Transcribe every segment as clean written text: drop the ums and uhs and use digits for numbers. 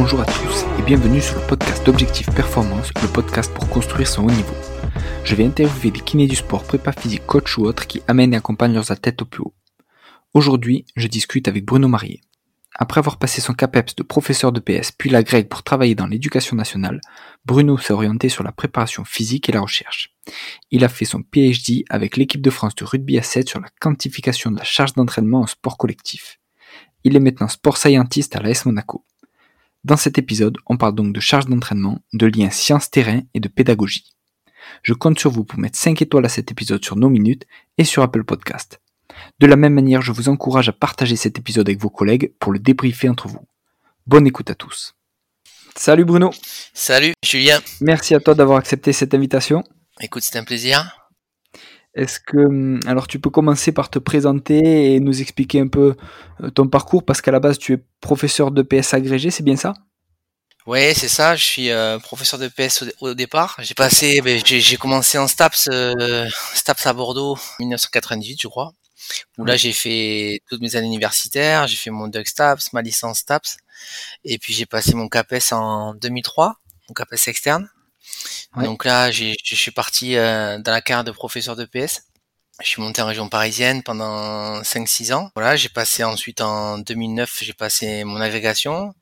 Bonjour à tous et bienvenue sur le podcast d'Objectif Performance, le podcast pour construire son haut niveau. Je vais interviewer des kinés du sport, prépa physique, coach ou autres qui amènent et accompagnent leurs athlètes au plus haut. Aujourd'hui, je discute avec Bruno Marié. Après avoir passé son CAPEPS de professeur de PS puis la grecque pour travailler dans l'éducation nationale, Bruno s'est orienté sur la préparation physique et la recherche. Il a fait son PhD avec l'équipe de France de rugby à 7 sur la quantification de la charge d'entraînement en sport collectif. Il est maintenant sport scientist à l'AS Monaco. Dans cet épisode, on parle donc de charge d'entraînement, de lien science-terrain et de pédagogie. Je compte sur vous pour mettre 5 étoiles à cet épisode sur No Minutes et sur Apple Podcast. De la même manière, je vous encourage à partager cet épisode avec vos collègues pour le débriefer entre vous. Bonne écoute à tous. Salut Bruno. Salut Julien. Merci à toi d'avoir accepté cette invitation. Écoute, c'est un plaisir. Est-ce que, alors tu peux commencer par te présenter et nous expliquer un peu ton parcours parce qu'à la base tu es professeur de PS agrégé, c'est bien ça ? Ouais, c'est ça. Je suis professeur de PS au départ. J'ai commencé en STAPS à Bordeaux, 1998, je crois. Où là, j'ai fait toutes mes années universitaires. J'ai fait mon Doc STAPS, ma licence STAPS, et puis j'ai passé mon CAPES en 2003, mon CAPES externe. Ouais. Donc là, je suis parti dans la carrière de professeur de PS. Je suis monté en région parisienne pendant 5-6 ans. Voilà, j'ai passé ensuite en 2009, j'ai passé mon agrégation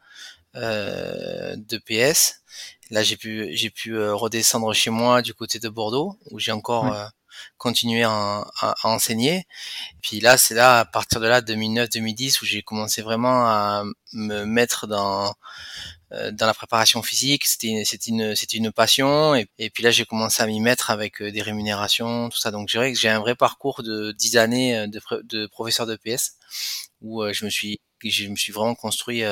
de PS. Là, j'ai pu redescendre chez moi du côté de Bordeaux où j'ai encore continué à enseigner. Puis là, c'est là à partir de là 2009-2010 où j'ai commencé vraiment à me mettre dans la préparation physique. C'était une passion et puis là j'ai commencé à m'y mettre avec des rémunérations, tout ça. Donc je dirais que j'ai un vrai parcours de 10 années de professeur de PS où je me suis vraiment construit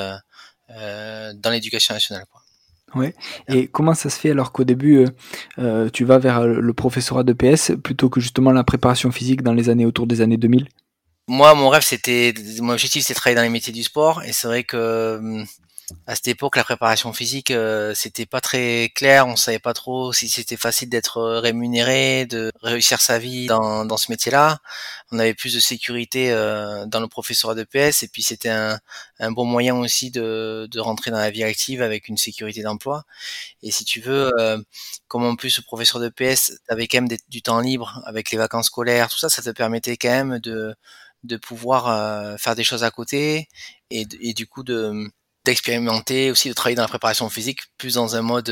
dans l'éducation nationale, quoi. Ouais. Et comment ça se fait alors qu'au début tu vas vers le professorat de PS plutôt que justement la préparation physique dans les années autour des années 2000 ? Moi, mon objectif c'était de travailler dans les métiers du sport et c'est vrai que à cette époque, la préparation physique, c'était pas très clair. On savait pas trop si c'était facile d'être rémunéré, de réussir sa vie dans ce métier-là. On avait plus de sécurité dans le professorat de PS, et puis c'était un bon moyen aussi de rentrer dans la vie active avec une sécurité d'emploi. Et si tu veux, comme en plus le professeur de PS, t'avais quand même du temps libre avec les vacances scolaires, tout ça, ça te permettait quand même de pouvoir faire des choses à côté et du coup d'expérimenter aussi, de travailler dans la préparation physique plus dans un mode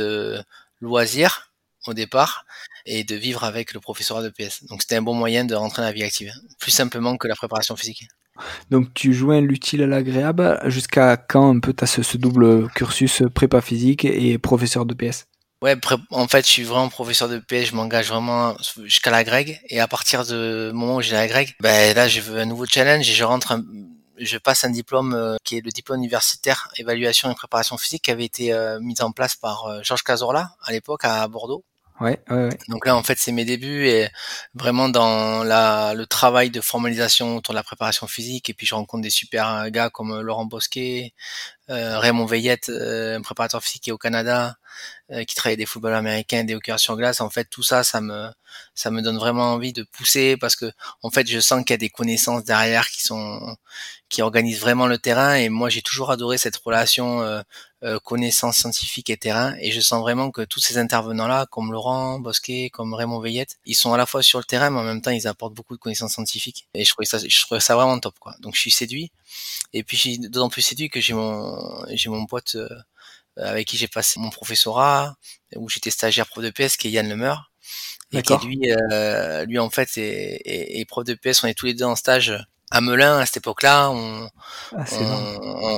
loisir au départ et de vivre avec le professorat de PS. Donc c'était un bon moyen de rentrer dans la vie active, plus simplement que la préparation physique. Donc tu joins l'utile à l'agréable. Jusqu'à quand un peu tu as ce double cursus prépa physique et professeur de PS ? Ouais, en fait, je suis vraiment professeur de PS, je m'engage vraiment jusqu'à la grecque et à partir du moment où j'ai la grecque, ben là je veux un nouveau challenge et je passe un diplôme qui est le diplôme universitaire évaluation et préparation physique qui avait été mis en place par Georges Cazorla à l'époque à Bordeaux. Ouais. Donc là, en fait, c'est mes débuts et vraiment dans le travail de formalisation autour de la préparation physique. Et puis, je rencontre des super gars comme Laurent Bosquet, Raymond Veillette, un préparateur physique qui est au Canada, qui travaille des footballeurs américains, des hockeyeurs sur glace. En fait, tout ça, ça me donne vraiment envie de pousser parce que, en fait, je sens qu'il y a des connaissances derrière qui organisent vraiment le terrain. Et moi, j'ai toujours adoré cette relation connaissance scientifique et terrain. Et je sens vraiment que tous ces intervenants-là, comme Laurent Bosquet, comme Raymond Veillette, ils sont à la fois sur le terrain, mais en même temps, ils apportent beaucoup de connaissances scientifiques. Et je trouvais ça vraiment top, quoi. Donc, je suis séduit. Et puis, je suis d'autant plus séduit que j'ai mon pote avec qui j'ai passé mon professorat, où j'étais stagiaire prof de PS, qui est Yann Lemeur, et D'accord. qui lui en fait est prof de PS. On est tous les deux en stage à Melun à cette époque-là. C'est énorme.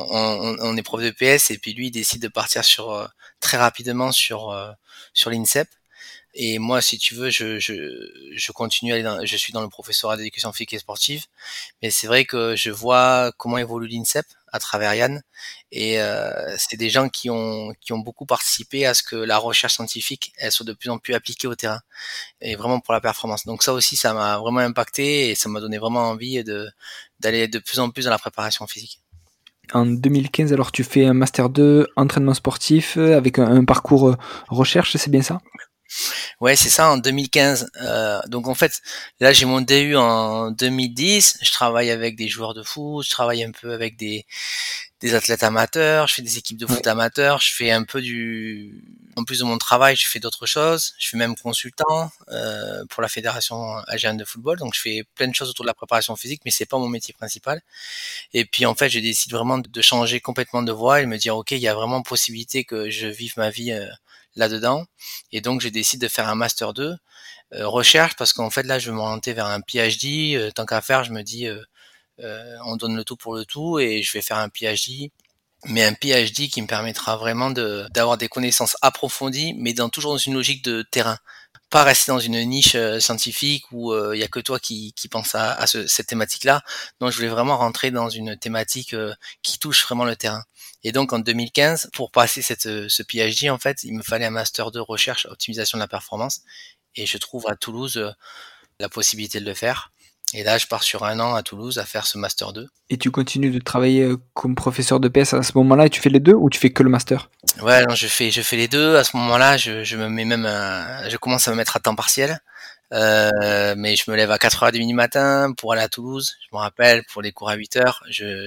On est prof de PS, et puis lui il décide de partir très rapidement sur l'INSEP. Et moi, si tu veux, je continue je suis dans le professorat d'éducation physique et sportive, mais c'est vrai que je vois comment évolue l'INSEP à travers Yann, et c'est des gens qui ont beaucoup participé à ce que la recherche scientifique elle soit de plus en plus appliquée au terrain et vraiment pour la performance. Donc ça aussi, ça m'a vraiment impacté et ça m'a donné vraiment envie d'aller de plus en plus dans la préparation physique. En 2015, alors tu fais un Master 2 entraînement sportif avec un parcours recherche, c'est bien ça ? Ouais, c'est ça, en 2015. Donc en fait, là j'ai mon DU en 2010. Je travaille avec des joueurs de foot, je travaille un peu avec des athlètes amateurs, je fais des équipes de foot Ouais. amateurs, je fais un peu en plus de mon travail, je fais d'autres choses. Je suis même consultant pour la fédération algérienne de football, donc je fais plein de choses autour de la préparation physique, mais c'est pas mon métier principal. Et puis en fait, je décide vraiment de changer complètement de voie et me dire ok, il y a vraiment possibilité que je vive ma vie là-dedans. Et donc je décide de faire un master 2 recherche parce qu'en fait là, je vais m'orienter vers un PhD. Tant qu'à faire, je me dis on donne le tout pour le tout et je vais faire un PhD. Mais un PhD qui me permettra vraiment d'avoir des connaissances approfondies, mais toujours dans une logique de terrain. Pas rester dans une niche scientifique où il y a que toi qui pense à cette thématique-là. Non, je voulais vraiment rentrer dans une thématique qui touche vraiment le terrain. Et donc en 2015, pour passer ce PhD, en fait, il me fallait un master de recherche optimisation de la performance. Et je trouve à Toulouse la possibilité de le faire. Et là, je pars sur 1 an à Toulouse à faire ce master 2. Et tu continues de travailler comme professeur de PS à ce moment-là et tu fais les deux ou tu fais que le master? Ouais, non, je fais les deux. À ce moment-là, je me mets même, je commence à me mettre à temps partiel. Mais je me lève à 4h30 du matin pour aller à Toulouse. Je me rappelle, pour les cours à 8h,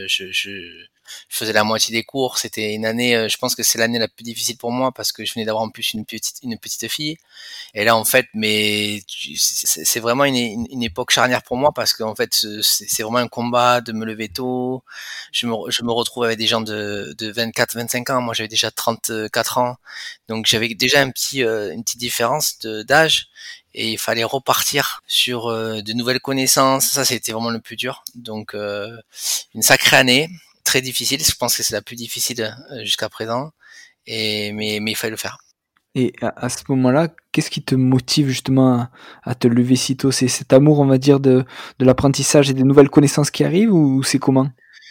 je faisais la moitié des cours. C'était une année, je pense que c'est l'année la plus difficile pour moi parce que je venais d'avoir en plus une petite fille. Et là, en fait, c'est vraiment une époque charnière pour moi parce qu'en fait, c'est vraiment un combat de me lever tôt. Je me retrouve avec des gens de 24, 25 ans. Moi, j'avais déjà 34 ans. Donc, j'avais déjà une petite différence d'âge et il fallait repartir sur de nouvelles connaissances. Ça, c'était vraiment le plus dur. Donc, une sacrée année, très difficile. Je pense que c'est la plus difficile jusqu'à présent. Mais il fallait le faire. Et à ce moment-là, qu'est-ce qui te motive justement à te lever si tôt? C'est cet amour, on va dire, de l'apprentissage et des nouvelles connaissances qui arrivent ou c'est comment?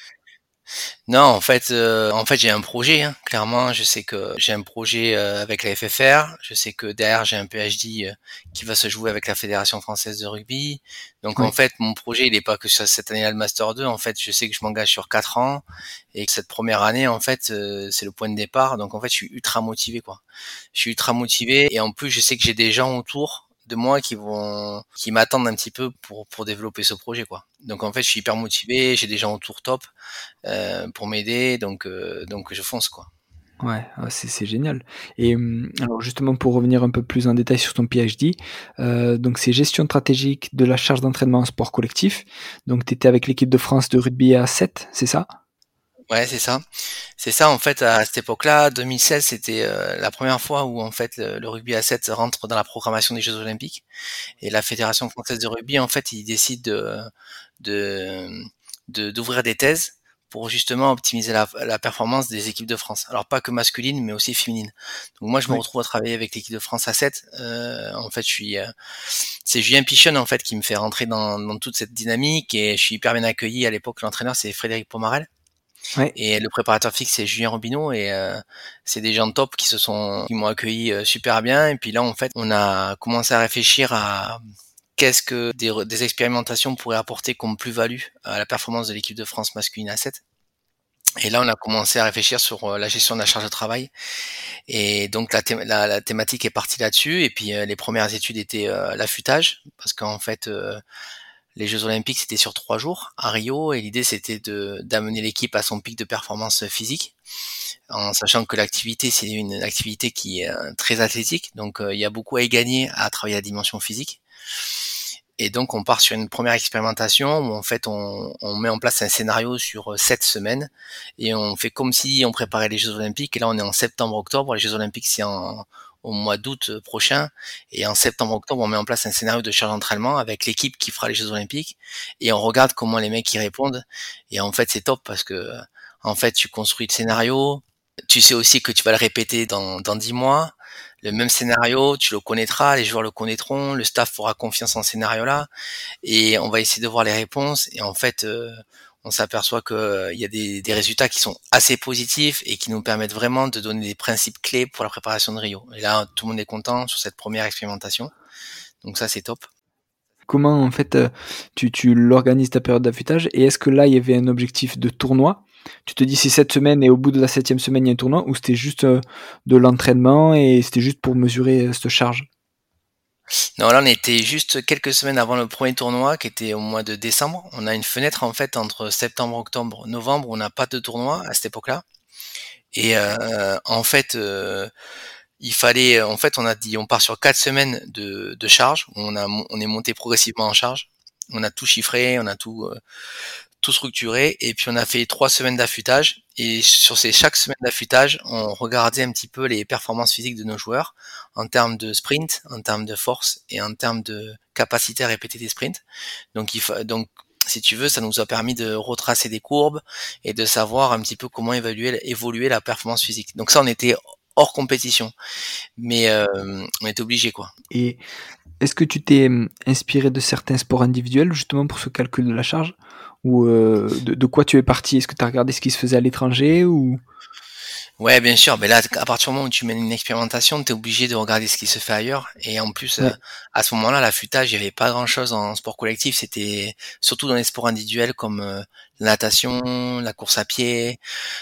Non, en fait, j'ai un projet, hein. Clairement, je sais que j'ai un projet avec la FFR. Je sais que derrière, j'ai un PhD qui va se jouer avec la Fédération française de rugby. Donc, en Ouais. fait, mon projet, il est pas que sur cette année-là, le Master 2. En fait, je sais que je m'engage sur 4 ans et que cette première année, en fait, c'est le point de départ. Donc, en fait, je suis ultra motivé, quoi. Je suis ultra motivé et en plus, je sais que j'ai des gens autour de moi qui m'attendent un petit peu pour développer ce projet, quoi. Donc, en fait, je suis hyper motivé. J'ai des gens autour top pour m'aider, donc je fonce, quoi. Ouais, ah c'est génial et alors justement pour revenir un peu plus en détail sur ton PhD, donc c'est gestion stratégique de la charge d'entraînement en sport collectif. Donc tu étais avec l'équipe de France de rugby à 7, c'est ça? Ouais, c'est ça. C'est ça, en fait, à cette époque-là, 2016, c'était la première fois où en fait le rugby à 7 rentre dans la programmation des Jeux Olympiques. Et la Fédération française de rugby, en fait, ils décident de, d'ouvrir des thèses pour justement optimiser la performance des équipes de France. Alors pas que masculine, mais aussi féminine. Donc moi, je me Ouais. retrouve à travailler avec l'équipe de France à 7. En fait, c'est Julien Pichon en fait qui me fait rentrer dans toute cette dynamique et je suis hyper bien accueilli. À l'époque, l'entraîneur c'est Frédéric Pomarel Ouais. et le préparateur fixe c'est Julien Robineau et c'est des gens de top qui m'ont accueilli super bien. Et puis là, en fait, on a commencé à réfléchir à qu'est-ce que des expérimentations pourraient apporter comme plus-value à la performance de l'équipe de France masculine à 7. Et là, on a commencé à réfléchir sur la gestion de la charge de travail. Et donc, la thématique est partie là-dessus. Et puis, les premières études étaient l'affûtage, parce qu'en fait, les Jeux Olympiques, c'était sur 3 jours à Rio. Et l'idée, c'était d'amener l'équipe à son pic de performance physique, en sachant que l'activité, c'est une activité qui est très athlétique. Donc, il y a beaucoup à y gagner à travailler la dimension physique. Et donc, on part sur une première expérimentation où en fait, on met en place un scénario sur 7 semaines et on fait comme si on préparait les Jeux Olympiques. Et là, on est en septembre-octobre. Les Jeux Olympiques, c'est au mois d'août prochain. Et en septembre-octobre, on met en place un scénario de charge d'entraînement avec l'équipe qui fera les Jeux Olympiques et on regarde comment les mecs y répondent. Et en fait, c'est top parce que en fait, tu construis le scénario. Tu sais aussi que tu vas le répéter dans 10 mois. Le même scénario, tu le connaîtras, les joueurs le connaîtront, le staff fera confiance en ce scénario-là, et on va essayer de voir les réponses. Et en fait, on s'aperçoit que il y a des résultats qui sont assez positifs et qui nous permettent vraiment de donner des principes clés pour la préparation de Rio. Et là, tout le monde est content sur cette première expérimentation. Donc ça, c'est top. Comment en fait, tu l'organises ta période d'affûtage et est-ce que là, il y avait un objectif de tournoi? Tu te dis: «C'est 7 semaines et au bout de la 7e semaine, il y a un tournoi» ou c'était juste, de l'entraînement et c'était juste pour mesurer, cette charge? Non, là, on était juste quelques semaines avant le premier tournoi qui était au mois de décembre. On a une fenêtre en fait entre septembre, octobre, novembre où on n'a pas de tournoi à cette époque-là. Et en fait, il fallait, en fait, on a dit on part sur 4 semaines de charge. On est monté progressivement en charge. On a tout chiffré, on a tout structuré et puis on a fait 3 semaines d'affûtage et sur ces chaque semaine d'affûtage, on regardait un petit peu les performances physiques de nos joueurs en termes de sprint, en termes de force et en termes de capacité à répéter des sprints. Donc si tu veux, ça nous a permis de retracer des courbes et de savoir un petit peu comment évoluer la performance physique. Donc ça, on était hors compétition, mais on était obligé quoi. Et est-ce que tu t'es inspiré de certains sports individuels justement pour ce calcul de la charge? Ou de quoi tu es parti? Est-ce que tu as regardé ce qui se faisait à l'étranger ou... Ouais, bien sûr. Mais là, à partir du moment où tu mènes une expérimentation, tu es obligé de regarder ce qui se fait ailleurs. Et en plus, Ouais, à ce moment-là, l'affûtage, il n'y avait pas grand-chose en sport collectif. C'était surtout dans les sports individuels comme la natation, la course à pied.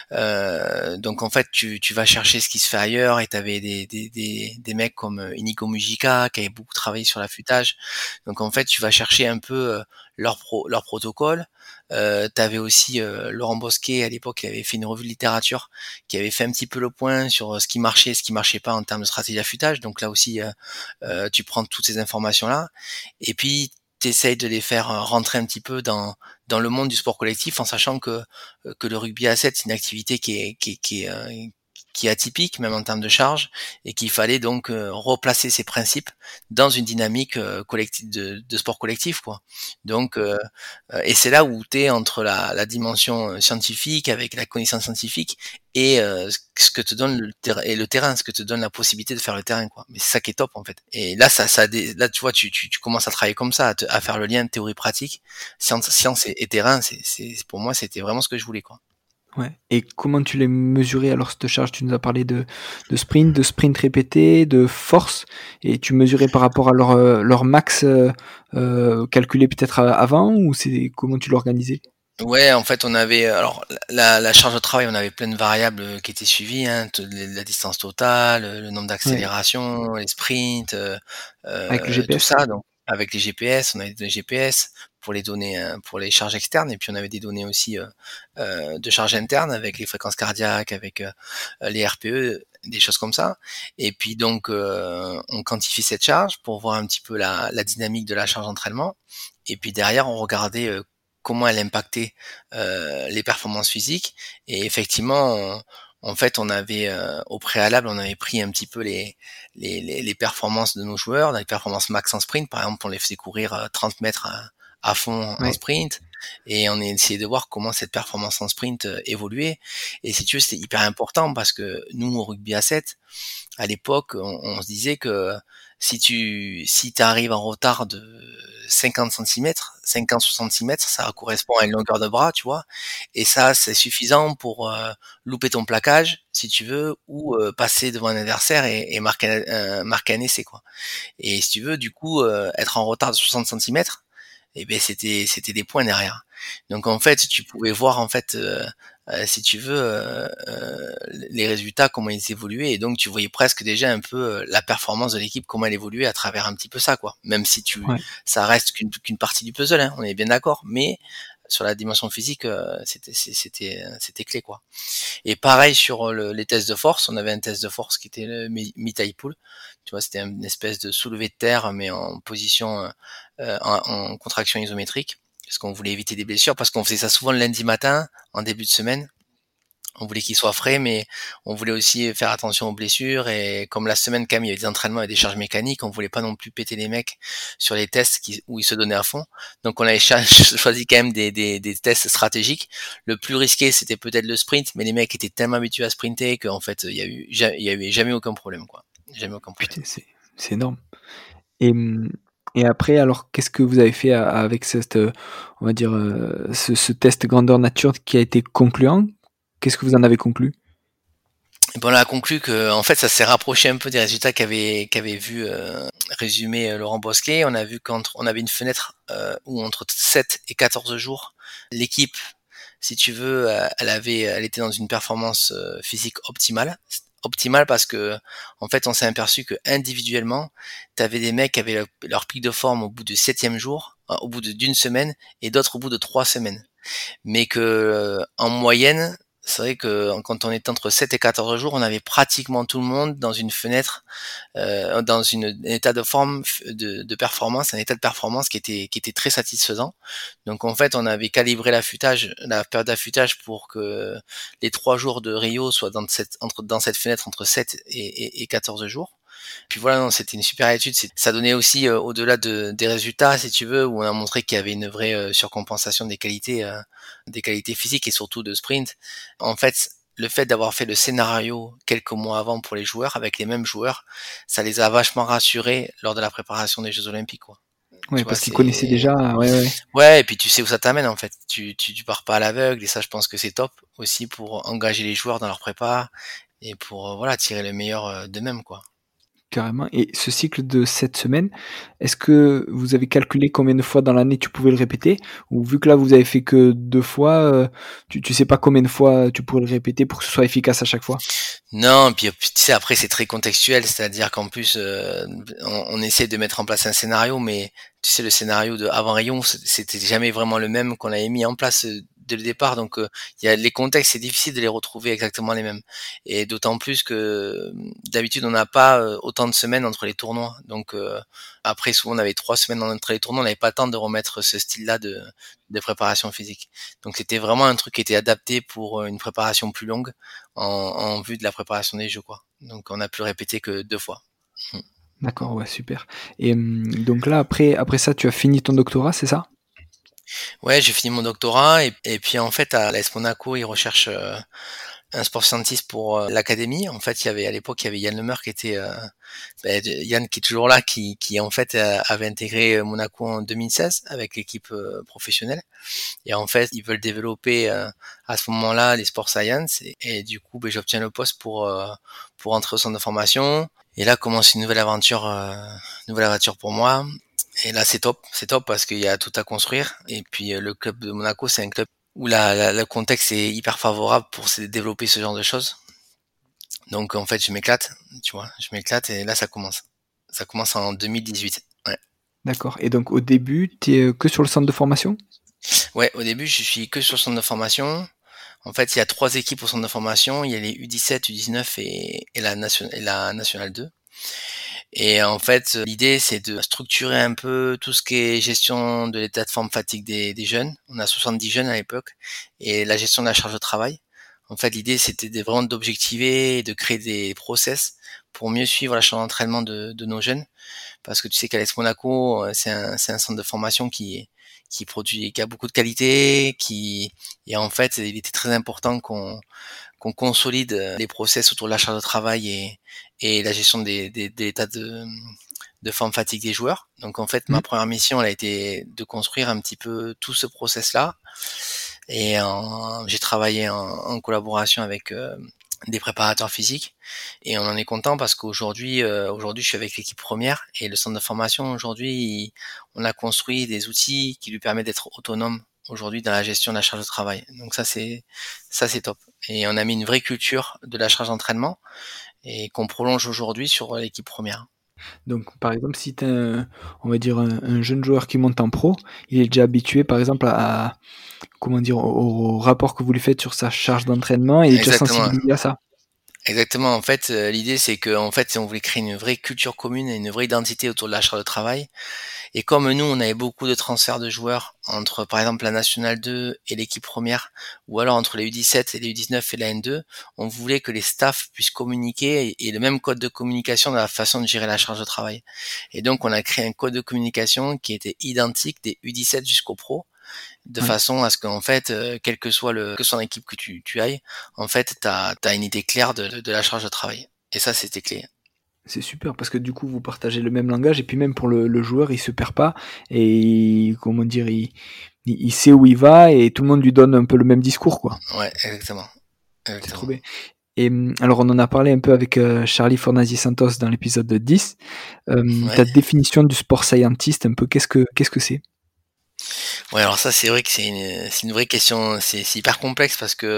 Donc en fait, tu vas chercher ce qui se fait ailleurs. Et tu avais des mecs comme Inigo Mujica qui avait beaucoup travaillé sur l'affûtage. Donc en fait, tu vas chercher un peu leur protocole. Tu avais aussi Laurent Bosquet, à l'époque, il avait fait une revue de littérature qui avait fait un petit peu le point sur ce qui marchait et ce qui marchait pas en termes de stratégie d'affûtage. Donc là aussi, tu prends toutes ces informations-là et puis tu essayes de les faire rentrer un petit peu dans le monde du sport collectif en sachant que le rugby à 7, c'est une activité qui est atypique, même en termes de charge, et qu'il fallait donc replacer ces principes dans une dynamique collective de sport collectif, quoi. Donc, et c'est là où tu es entre la dimension scientifique avec la connaissance scientifique et ce que te donne le terrain, ce que te donne la possibilité de faire le terrain, quoi. Mais c'est ça qui est top en fait. Et là, là, tu vois, tu commences à travailler comme ça, à faire le lien théorie-pratique, science et terrain. Pour moi, c'était vraiment ce que je voulais, quoi. ouais. Et comment tu les mesurais alors cette charge? Tu nous as parlé de sprint répété, de force, et tu mesurais par rapport à leur max calculé peut-être avant, ou c'est comment tu l'organisais? Ouais, en fait, on avait alors la charge de travail, on avait plein de variables qui étaient suivies, hein, la distance totale, le nombre Ouais, d'accélérations, les sprints, avec le tout GPS? ça. Donc, avec les GPS, on avait des GPS pour les données, pour les charges externes, et puis on avait des données aussi de charge interne avec les fréquences cardiaques, avec les RPE, des choses comme ça. Et puis donc, on quantifie cette charge pour voir un petit peu la dynamique de la charge d'entraînement. Et puis derrière, on regardait comment elle impactait les performances physiques. Et effectivement, en fait, on avait au préalable, on avait pris un petit peu les performances de nos joueurs, les performances max en sprint. Par exemple, on les faisait courir 30 mètres à fond en Ouais. sprint. Et on a essayé de voir comment cette performance en sprint évoluait. Et si tu veux, c'était hyper important parce que nous, au rugby à 7, à l'époque, on se disait que si tu arrives en retard de 50 centimètres, 50-60 cm, ça correspond à une longueur de bras, tu vois. Et ça, c'est suffisant pour louper ton plaquage, si tu veux, ou passer devant un adversaire et marquer un essai, quoi. Et si tu veux, du coup, être en retard de 60 centimètres, eh ben c'était des points derrière. Donc en fait, tu pouvais voir en fait, si tu veux, les résultats, comment ils évoluaient, et donc tu voyais presque déjà un peu la performance de l'équipe, comment elle évoluait à travers un petit peu ça, quoi. Même si Ouais. ça reste qu'une partie du puzzle, hein, on est bien d'accord, mais sur la dimension physique, c'était clé, quoi. Et pareil sur les tests de force, on avait un test de force qui était le mi-taille pool. Tu vois, c'était une espèce de soulevé de terre, mais en position, en contraction isométrique, parce qu'on voulait éviter des blessures, parce qu'on faisait ça souvent le lundi matin, en début de semaine. On voulait qu'il soit frais, mais on voulait aussi faire attention aux blessures. Et comme la semaine, quand même, il y avait des entraînements et des charges mécaniques, on voulait pas non plus péter les mecs sur les tests où ils se donnaient à fond. Donc on avait choisi quand même des tests stratégiques. Le plus risqué, c'était peut-être le sprint, mais les mecs étaient tellement habitués à sprinter qu'en fait, il y avait jamais aucun problème, quoi. Jamais aucun problème. Putain, c'est énorme. Et et après alors qu'est-ce que vous avez fait avec cette, on va dire, ce test grandeur nature qui a été concluant? Qu'est-ce que vous en avez conclu? Et ben, on a conclu que, en fait, ça s'est rapproché un peu des résultats qu'avait vu résumé Laurent Bosquet. On a vu on avait une fenêtre où entre 7 et 14 jours, l'équipe, si tu veux, elle était dans une performance physique optimale. optimal parce que en fait, on s'est aperçu que individuellement, tu avais des mecs qui avaient leur pic de forme au bout du 7e jour, au bout d'une semaine, et d'autres au bout de 3 semaines. Mais que en moyenne, c'est vrai que quand on était entre 7 et 14 jours, on avait pratiquement tout le monde dans une fenêtre, dans un état de forme de performance, un état de performance qui était très satisfaisant. Donc en fait, on avait calibré la période d'affûtage pour que les 3 jours de Rio soient dans cette fenêtre entre 7 et 14 jours. Puis voilà, non, c'était une super étude. Ça donnait aussi, au-delà des résultats, si tu veux, où on a montré qu'il y avait une vraie surcompensation des qualités physiques et surtout de sprint. En fait, le fait d'avoir fait le scénario quelques mois avant pour les joueurs, avec les mêmes joueurs, ça les a vachement rassurés lors de la préparation des Jeux Olympiques, quoi. Ouais, Tu vois, parce qu'ils connaissaient déjà. Ouais, ouais. ouais, et puis tu sais où ça t'amène en fait. Tu pars pas à l'aveugle et ça, je pense que c'est top aussi pour engager les joueurs dans leur prépa et pour voilà tirer le meilleur d'eux-mêmes, quoi. Carrément. Et ce cycle de 7 semaines, est-ce que vous avez calculé combien de fois dans l'année tu pouvais le répéter? Ou vu que là vous avez fait que 2 fois, tu sais pas combien de fois tu pourrais le répéter pour que ce soit efficace à chaque fois? Non, puis tu sais, après c'est très contextuel, c'est-à-dire qu'en plus on essaie de mettre en place un scénario, mais tu sais le scénario de avant Rion, c'était jamais vraiment le même qu'on avait mis en place dès le départ, donc il y a les contextes, c'est difficile de les retrouver exactement les mêmes, et d'autant plus que d'habitude on n'a pas autant de semaines entre les tournois, donc après souvent on avait 3 semaines entre les tournois, on n'avait pas le temps de remettre ce style-là de préparation physique, donc c'était vraiment un truc qui était adapté pour une préparation plus longue en vue de la préparation des jeux, quoi. Donc on a pu le répéter que 2 fois. Mmh. D'accord, ouais, super. Et donc là après ça tu as fini ton doctorat, c'est ça? Ouais, j'ai fini mon doctorat et puis en fait à l'AS Monaco, ils recherchent, un sport scientist pour, l'académie. En fait, à l'époque, il y avait Yann Lemer qui était, Yann qui est toujours là, qui en fait, avait intégré, Monaco en 2016 avec l'équipe, professionnelle et en fait, ils veulent développer, à ce moment-là les sports science et du coup, j'obtiens le poste pour entrer au centre de formation et là commence une nouvelle aventure pour moi et là c'est top parce qu'il y a tout à construire et puis, le club de Monaco, c'est un club où le contexte est hyper favorable pour se développer ce genre de choses. Donc en fait, je m'éclate, tu vois, je m'éclate et là ça commence. Ça commence en 2018. Ouais. D'accord. Et donc au début, tu es, que sur le centre de formation? Ouais, au début, je suis que sur le centre de formation. En fait, il y a 3 équipes au centre de formation. Il y a les U17, U19 et la nationale 2. Et en fait, l'idée, c'est de structurer un peu tout ce qui est gestion de l'état de forme fatigue des jeunes. On a 70 jeunes à l'époque et la gestion de la charge de travail. En fait, l'idée, c'était vraiment d'objectiver et de créer des process pour mieux suivre la charge d'entraînement de nos jeunes. Parce que tu sais qu'Alex Monaco, c'est un centre de formation qui a beaucoup de qualité, et en fait, il était très important qu'on consolide les process autour de la charge de travail et la gestion des états de forme fatigue des joueurs. Donc en fait, Mmh. ma première mission, elle a été de construire un petit peu tout ce process-là. Et j'ai travaillé en collaboration avec des préparateurs physiques. Et on en est content parce qu'aujourd'hui, je suis avec l'équipe première et le centre de formation aujourd'hui, on a construit des outils qui lui permettent d'être autonome aujourd'hui dans la gestion de la charge de travail. Donc ça c'est top. Et on a mis une vraie culture de la charge d'entraînement et qu'on prolonge aujourd'hui sur l'équipe première. Donc par exemple, si tu on va dire un jeune joueur qui monte en pro, il est déjà habitué par exemple comment dire? Au rapport que vous lui faites sur sa charge d'entraînement, il est déjà Exactement. sensibilisé à ça? Exactement. En fait, l'idée c'est que en fait, on voulait créer une vraie culture commune et une vraie identité autour de la charge de travail. Et comme nous, on avait beaucoup de transferts de joueurs entre, par exemple, la Nationale 2 et l'équipe première, ou alors entre les U17 et les U19 et la N2, on voulait que les staffs puissent communiquer et le même code de communication dans la façon de gérer la charge de travail. Et donc, on a créé un code de communication qui était identique des U17 jusqu'au pro, de Ouais, façon à ce qu'en fait, quelle que soit son équipe que tu ailles, en fait, t'as une idée claire de la charge de travail. Et ça, c'était clé. c'est super parce que du coup, vous partagez le même langage et puis même pour le joueur, il se perd pas et comment dire? Il sait où il va et tout le monde lui donne un peu le même discours, quoi. Ouais, exactement. C'est trop Exactement. bien. Et alors on en a parlé un peu avec, Charlie Fornasi Santos dans l'épisode 10. Ouais. Ta définition du sport scientist un peu, qu'est-ce que c'est? Ouais, alors ça, c'est vrai que c'est une vraie question. C'est hyper complexe parce que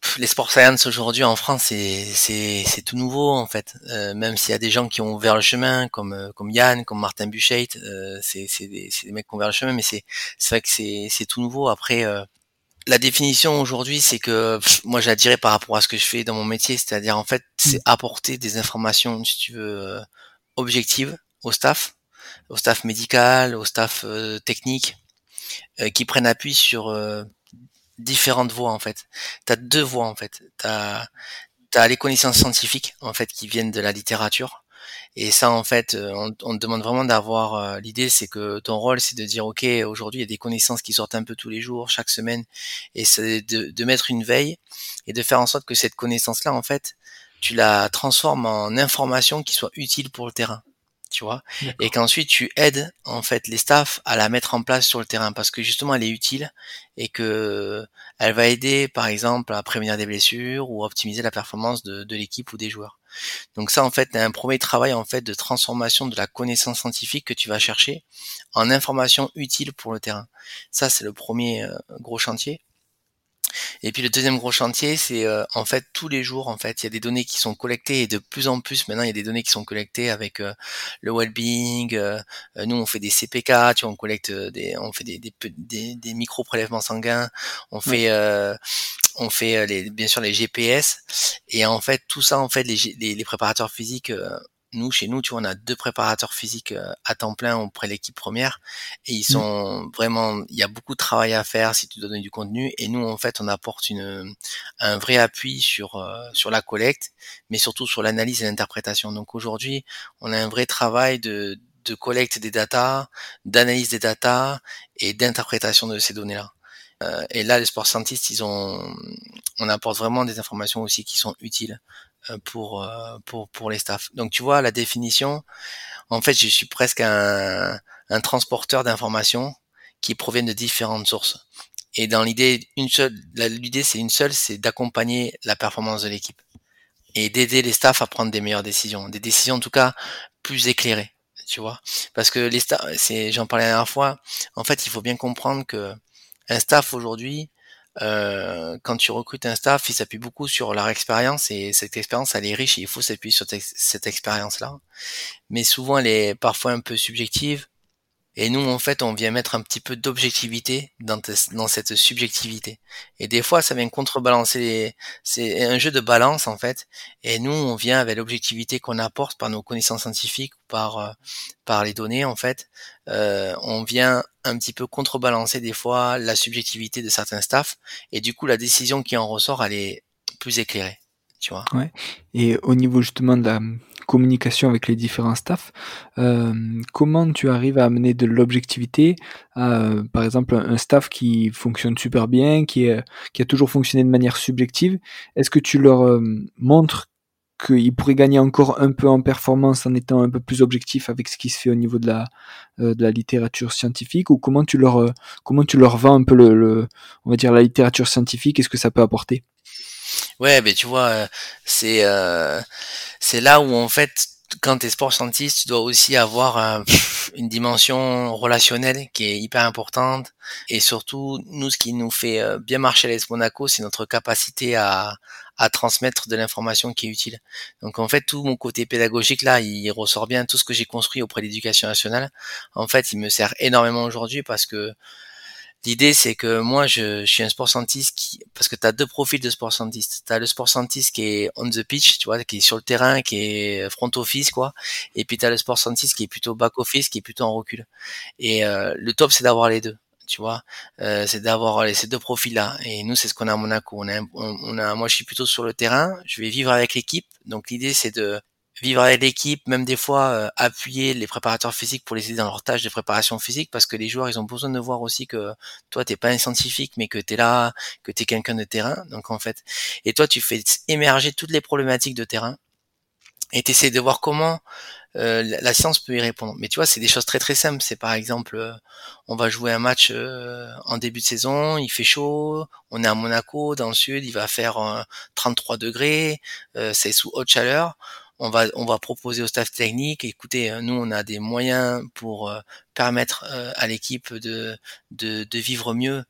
Les sport science aujourd'hui en France, c'est tout nouveau en fait. Même s'il y a des gens qui ont ouvert le chemin, comme Yann, comme Martin Buchheit, c'est des mecs qui ont ouvert le chemin, mais c'est vrai que c'est tout nouveau. Après, la définition aujourd'hui, c'est que moi j'ai attiré par rapport à ce que je fais dans mon métier, c'est-à-dire en fait, c'est Mmh. apporter des informations, si tu veux, objectives au staff médical, au staff technique, qui prennent appui sur différentes voies en fait. T'as deux voies en fait. T'as les connaissances scientifiques en fait qui viennent de la littérature. Et ça en fait, on te demande vraiment d'avoir l'idée, c'est que ton rôle c'est de dire ok, aujourd'hui il y a des connaissances qui sortent un peu tous les jours, chaque semaine, et c'est de mettre une veille et de faire en sorte que cette connaissance là en fait, tu la transformes en information qui soit utile pour le terrain. Tu vois, et D'accord. qu'ensuite tu aides en fait les staffs à la mettre en place sur le terrain parce que justement elle est utile et que elle va aider par exemple à prévenir des blessures ou à optimiser la performance de l'équipe ou des joueurs. Donc ça, en fait, c'est un premier travail en fait de transformation de la connaissance scientifique que tu vas chercher en information utile pour le terrain. Ça, c'est le premier gros chantier. Et puis le deuxième gros chantier, c'est en fait tous les jours, en fait, il y a des données qui sont collectées et de plus en plus maintenant, il y a des données qui sont collectées avec le well-being. Nous, on fait des CPK, tu vois, on collecte on fait des micro prélèvements sanguins, on Ouais. fait bien sûr les GPS et en fait tout ça en fait les préparateurs physiques nous chez nous tu vois on a deux préparateurs physiques à temps plein auprès de l'équipe première et ils Mmh. sont vraiment il y a beaucoup de travail à faire si tu dois donner du contenu et nous en fait on apporte un vrai appui sur la collecte mais surtout sur l'analyse et l'interprétation. Donc aujourd'hui on a un vrai travail de collecte des datas, d'analyse des datas et d'interprétation de ces données là. Et là, les sport scientists, on apporte vraiment des informations aussi qui sont utiles pour les staffs. Donc, tu vois, la définition, en fait, je suis presque un transporteur d'informations qui proviennent de différentes sources. Et dans l'idée, l'idée c'est une seule, c'est d'accompagner la performance de l'équipe et d'aider les staffs à prendre des meilleures décisions, des décisions en tout cas plus éclairées, tu vois. Parce que les staffs, j'en parlais la dernière fois, en fait, il faut bien comprendre que un staff aujourd'hui, quand tu recrutes un staff, il s'appuie beaucoup sur leur expérience et cette expérience, elle est riche et il faut s'appuyer sur cette expérience-là. Mais souvent, elle est parfois un peu subjective. Et nous, en fait, on vient mettre un petit peu d'objectivité dans cette subjectivité. Et des fois, ça vient contrebalancer c'est un jeu de balance, en fait. Et nous, on vient avec l'objectivité qu'on apporte par nos connaissances scientifiques, par les données, en fait. On vient un petit peu contrebalancer des fois la subjectivité de certains staffs. Et du coup, la décision qui en ressort, elle est plus éclairée. Tu vois? Ouais, et au niveau justement de la, communication avec les différents staffs, comment tu arrives à amener de l'objectivité à, par exemple, un staff qui fonctionne super bien, qui a toujours fonctionné de manière subjective? Est-ce que tu leur, montres qu'ils pourraient gagner encore un peu en performance en étant un peu plus objectifs avec ce qui se fait au niveau de la littérature scientifique? Ou comment tu leur vends un peu le on va dire la littérature scientifique et ce que ça peut apporter? Ouais, mais tu vois, c'est euh, c'est là où en fait, quand tu es sport scientiste, tu dois aussi avoir une dimension relationnelle qui est hyper importante. Et surtout, nous, ce qui nous fait bien marcher à l'AS Monaco, c'est notre capacité à transmettre de l'information qui est utile. Donc en fait, tout mon côté pédagogique là, il ressort bien. Tout ce que j'ai construit auprès de l'éducation nationale, en fait, il me sert énormément aujourd'hui parce que l'idée, c'est que moi, je suis un sport scientist parce que tu as deux profils de sport scientist. Tu as le sport scientist qui est on the pitch, tu vois, qui est sur le terrain, qui est front office, quoi. Et puis tu as le sport scientist qui est plutôt back office, qui est plutôt en recul. Et le top, c'est d'avoir les deux. Tu vois, c'est d'avoir ces deux profils-là. Et nous, c'est ce qu'on a à Monaco. Moi, je suis plutôt sur le terrain. Je vais vivre avec l'équipe. Donc, l'idée, c'est de vivre avec l'équipe, même des fois appuyer les préparateurs physiques pour les aider dans leurs tâches de préparation physique, parce que les joueurs, ils ont besoin de voir aussi que toi, t'es pas un scientifique, mais que t'es là, que t'es quelqu'un de terrain. Donc, en fait, et toi, tu fais émerger toutes les problématiques de terrain et t'essaies de voir comment la science peut y répondre. Mais tu vois, c'est des choses très très simples. C'est par exemple, on va jouer un match en début de saison, il fait chaud, on est à Monaco, dans le sud, il va faire 33 degrés, c'est sous haute chaleur. on va proposer au staff technique, écoutez, nous on a des moyens pour permettre à l'équipe de vivre mieux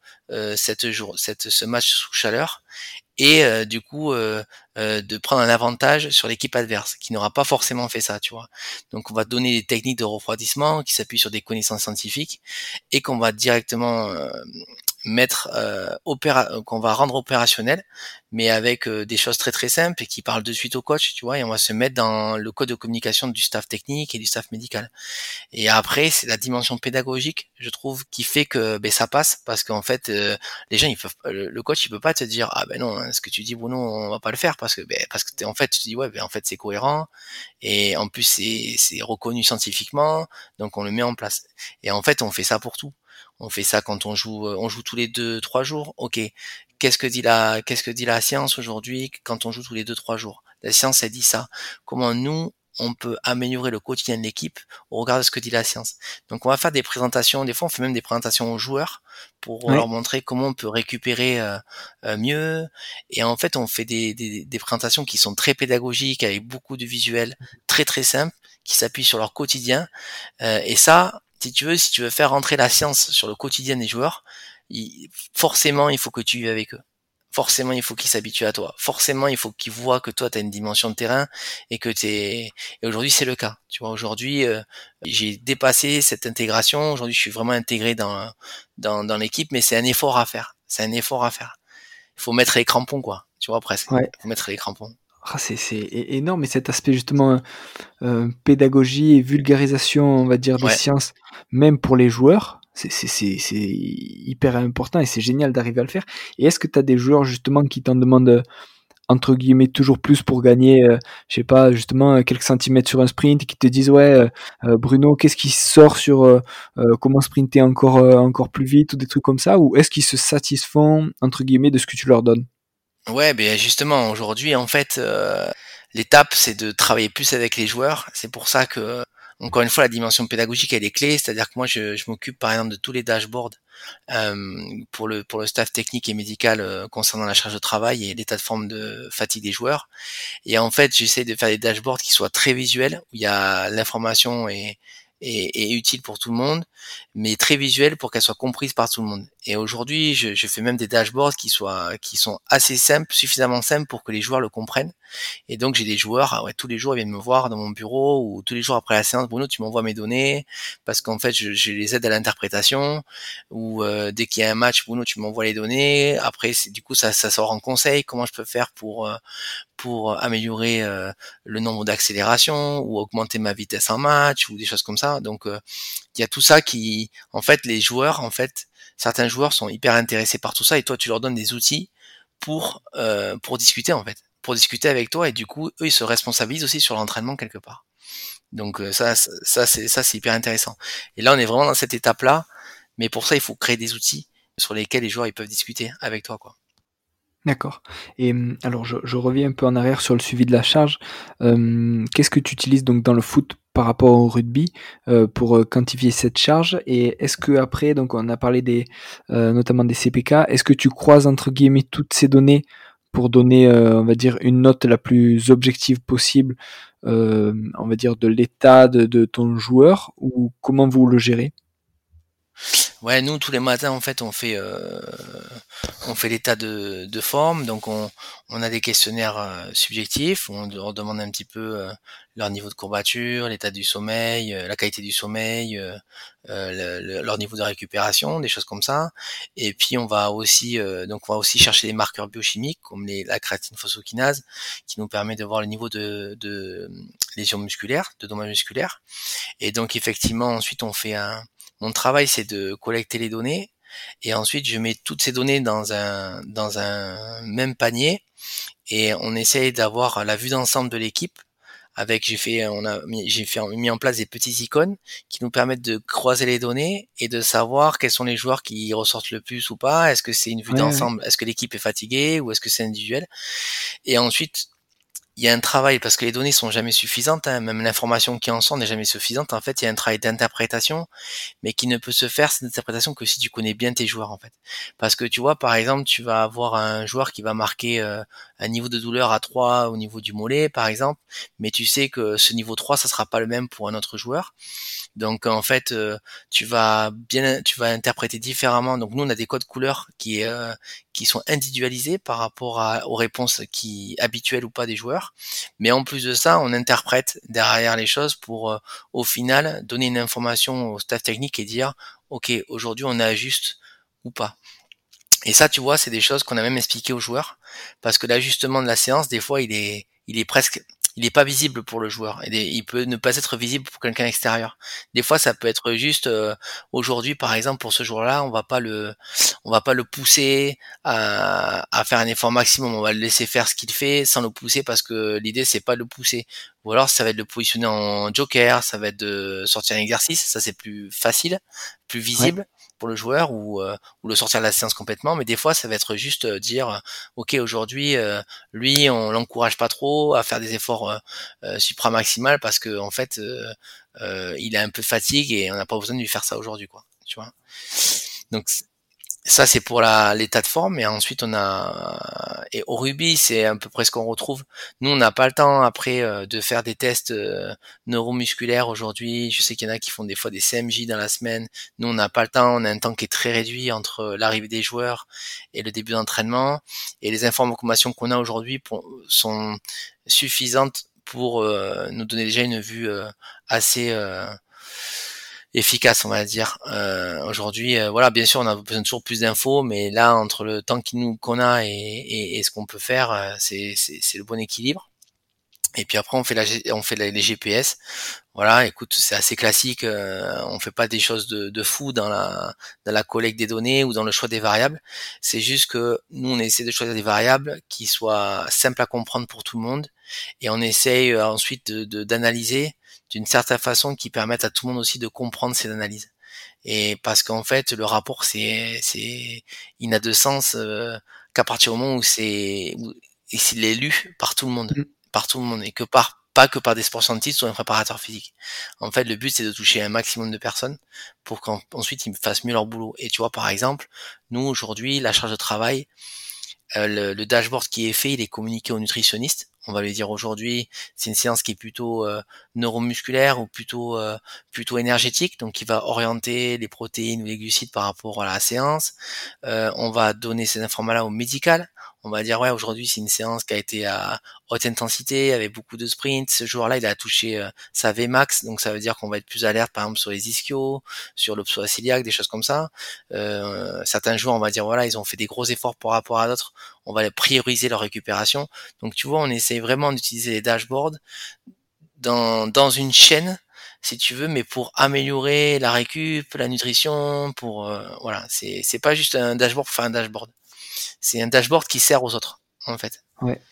ce match sous chaleur et du coup de prendre un avantage sur l'équipe adverse qui n'aura pas forcément fait ça, tu vois. Donc on va donner des techniques de refroidissement qui s'appuient sur des connaissances scientifiques et qu'on va directement mettre qu'on va rendre opérationnel, mais avec des choses très très simples et qui parlent de suite au coach, tu vois, et on va se mettre dans le code de communication du staff technique et du staff médical. Et après, c'est la dimension pédagogique, je trouve, qui fait que ça passe, parce qu'en fait, les gens, ils peuvent, le coach, il peut pas te dire ah ben non, ce que tu dis Bruno, on va pas le faire parce que en fait, tu te dis ouais, en fait c'est cohérent et en plus c'est reconnu scientifiquement, donc on le met en place. Et en fait, on fait ça pour tout. On fait ça quand on joue tous les 2, 3 jours. Ok, qu'est-ce que dit la science aujourd'hui quand on joue tous les 2, 3 jours? La science, elle dit ça. Comment nous on peut améliorer le quotidien de l'équipe au regard de ce que dit la science. Donc on va faire des présentations, des fois on fait même des présentations aux joueurs pour leur Ouais. montrer comment on peut récupérer mieux. Et en fait on fait des présentations qui sont très pédagogiques avec beaucoup de visuels très très simples qui s'appuient sur leur quotidien. Et ça, si tu veux faire rentrer la science sur le quotidien des joueurs, forcément il faut que tu vives avec eux. Forcément, il faut qu'ils s'habituent à toi. Forcément, il faut qu'ils voient que toi, tu as une dimension de terrain et que t'es. Et aujourd'hui, c'est le cas. Tu vois, aujourd'hui, j'ai dépassé cette intégration. Aujourd'hui, je suis vraiment intégré dans l'équipe, mais c'est un effort à faire. C'est un effort à faire. Il faut mettre les crampons, quoi. Tu vois, presque. Ouais. Il faut mettre les crampons. Ah, c'est énorme et cet aspect justement, pédagogie et vulgarisation, on va dire, des Ouais. sciences, même pour les joueurs, c'est hyper important et c'est génial d'arriver à le faire. Et est-ce que tu as des joueurs justement qui t'en demandent, entre guillemets «toujours plus» pour gagner, je sais pas, justement, quelques centimètres sur un sprint et qui te disent: «Ouais, Bruno, qu'est-ce qui sort sur, comment sprinter encore plus vite?» ou des trucs comme ça? Ou est-ce qu'ils se «satisfont» entre guillemets de ce que tu leur donnes? Ouais, ben justement, aujourd'hui, en fait, l'étape, c'est de travailler plus avec les joueurs. C'est pour ça que, encore une fois, la dimension pédagogique, elle est clé. C'est-à-dire que moi, je m'occupe, par exemple, de tous les dashboards pour le staff technique et médical concernant la charge de travail et l'état de forme de fatigue des joueurs. Et en fait, j'essaie de faire des dashboards qui soient très visuels, où il y a l'information est utile pour tout le monde, mais très visuelle pour qu'elle soit comprise par tout le monde. Et aujourd'hui, je fais même des dashboards qui sont assez simples, suffisamment simples pour que les joueurs le comprennent. Et donc j'ai des joueurs, ah ouais, tous les jours ils viennent me voir dans mon bureau ou tous les jours après la séance, Bruno, tu m'envoies mes données parce qu'en fait je les aide à l'interprétation ou dès qu'il y a un match, Bruno, tu m'envoies les données. Après c'est du coup ça sort en conseil comment je peux faire pour améliorer le nombre d'accélérations ou augmenter ma vitesse en match ou des choses comme ça. Donc il y a tout ça qui en fait les joueurs en fait certains joueurs sont hyper intéressés par tout ça et toi tu leur donnes des outils pour discuter en fait, pour discuter avec toi et du coup eux ils se responsabilisent aussi sur l'entraînement quelque part. Donc ça c'est hyper intéressant. Et là on est vraiment dans cette étape là, mais pour ça il faut créer des outils sur lesquels les joueurs ils peuvent discuter avec toi quoi. D'accord. Et alors je reviens un peu en arrière sur le suivi de la charge. Qu'est-ce que tu utilises donc dans le foot par rapport au rugby, pour, quantifier cette charge? Et est-ce qu'après donc on a parlé notamment des CPK, est-ce que tu croises entre guillemets «toutes ces données» pour donner, on va dire une note la plus objective possible, on va dire de l'état de ton joueur? Ou comment vous le gérez? Ouais, nous tous les matins en fait on fait l'état de forme, donc on a des questionnaires subjectifs où on leur demande un petit peu leur niveau de courbature, l'état du sommeil, la qualité du sommeil, leur niveau de récupération, des choses comme ça. Et puis on va aussi chercher des marqueurs biochimiques comme la créatine phosphokinase qui nous permet de voir le niveau de lésions musculaires, de dommages musculaires. Et donc effectivement ensuite mon travail c'est de collecter les données et ensuite je mets toutes ces données dans un même panier et on essaye d'avoir la vue d'ensemble de l'équipe avec j'ai mis en place des petites icônes qui nous permettent de croiser les données et de savoir quels sont les joueurs qui ressortent le plus ou pas. Est-ce que c'est une vue Ouais, ouais. d'ensemble? Est-ce que l'équipe est fatiguée ou est-ce que c'est individuel? Et ensuite, il y a un travail parce que les données sont jamais suffisantes, hein, même l'information qui en sort n'est jamais suffisante. En fait, il y a un travail d'interprétation mais qui ne peut se faire cette interprétation que si tu connais bien tes joueurs en fait. Parce que tu vois, par exemple, tu vas avoir un joueur qui va marquer un niveau de douleur à 3 au niveau du mollet, par exemple, mais tu sais que ce niveau 3, ça sera pas le même pour un autre joueur. Donc en fait, tu vas interpréter différemment. Donc nous, on a des codes couleurs qui sont individualisés par rapport aux réponses qui habituelles ou pas des joueurs. Mais en plus de ça, on interprète derrière les choses pour au final donner une information au staff technique et dire OK, aujourd'hui on ajuste ou pas. Et ça, tu vois, c'est des choses qu'on a même expliquées aux joueurs, parce que l'ajustement de la séance, des fois, il est pas visible pour le joueur. Il peut ne pas être visible pour quelqu'un extérieur. Des fois, ça peut être juste, aujourd'hui, par exemple, pour ce joueur-là, on va pas le pousser à faire un effort maximum. On va le laisser faire ce qu'il fait sans le pousser parce que l'idée, c'est pas de le pousser. Ou alors, ça va être de le positionner en joker, ça va être de sortir un exercice. Ça, c'est plus facile, plus Ouais. visible pour le joueur ou le sortir de la séance complètement, mais des fois ça va être juste dire ok aujourd'hui lui on l'encourage pas trop à faire des efforts supramaximal parce que en fait il a un peu de fatigue et on n'a pas besoin de lui faire ça aujourd'hui quoi, tu vois. Donc ça c'est pour l'état de forme et ensuite on a et au rugby c'est à peu près ce qu'on retrouve. Nous on n'a pas le temps après de faire des tests neuromusculaires aujourd'hui. Je sais qu'il y en a qui font des fois des CMJ dans la semaine. Nous on n'a pas le temps, on a un temps qui est très réduit entre l'arrivée des joueurs et le début d'entraînement et les informations qu'on a aujourd'hui sont suffisantes pour nous donner déjà une vue assez efficace, on va dire. Aujourd'hui, voilà, bien sûr, on a besoin de toujours plus d'infos, mais là, entre le temps qu'on a et ce qu'on peut faire, c'est le bon équilibre. Et puis après, on fait les GPS. Voilà, écoute, c'est assez classique. On fait pas des choses de fou dans la collecte des données ou dans le choix des variables. C'est juste que nous, on essaie de choisir des variables qui soient simples à comprendre pour tout le monde, et on essaye ensuite d'analyser d'une certaine façon qui permette à tout le monde aussi de comprendre ces analyses. Et parce qu'en fait, le rapport, il n'a de sens qu'à partir du moment où et s'il est lu Mm. par tout le monde, et pas que par des sports scientifiques ou un préparateur physique. En fait, le but, c'est de toucher un maximum de personnes pour qu'ensuite ils fassent mieux leur boulot. Et tu vois, par exemple, nous, aujourd'hui, la charge de travail, le dashboard qui est fait, il est communiqué au nutritionniste. On va lui dire aujourd'hui, c'est une séance qui est plutôt neuromusculaire ou plutôt énergétique, donc il va orienter les protéines ou les glucides par rapport à la séance. On va donner ces informations-là au médical. On va dire ouais, aujourd'hui c'est une séance qui a été à haute intensité avec beaucoup de sprints. Ce jour-là, il a touché sa Vmax, donc ça veut dire qu'on va être plus alerte par exemple sur les ischios, sur le pseudo-cœliaque, des choses comme ça. Certains jours, on va dire voilà, ils ont fait des gros efforts par rapport à d'autres. On va prioriser leur récupération. Donc tu vois, on essaye vraiment d'utiliser les dashboards dans une chaîne, si tu veux, mais pour améliorer la récup, la nutrition, pour voilà, c'est pas juste un dashboard pour faire un dashboard. C'est un dashboard qui sert aux autres, en fait. Ouais.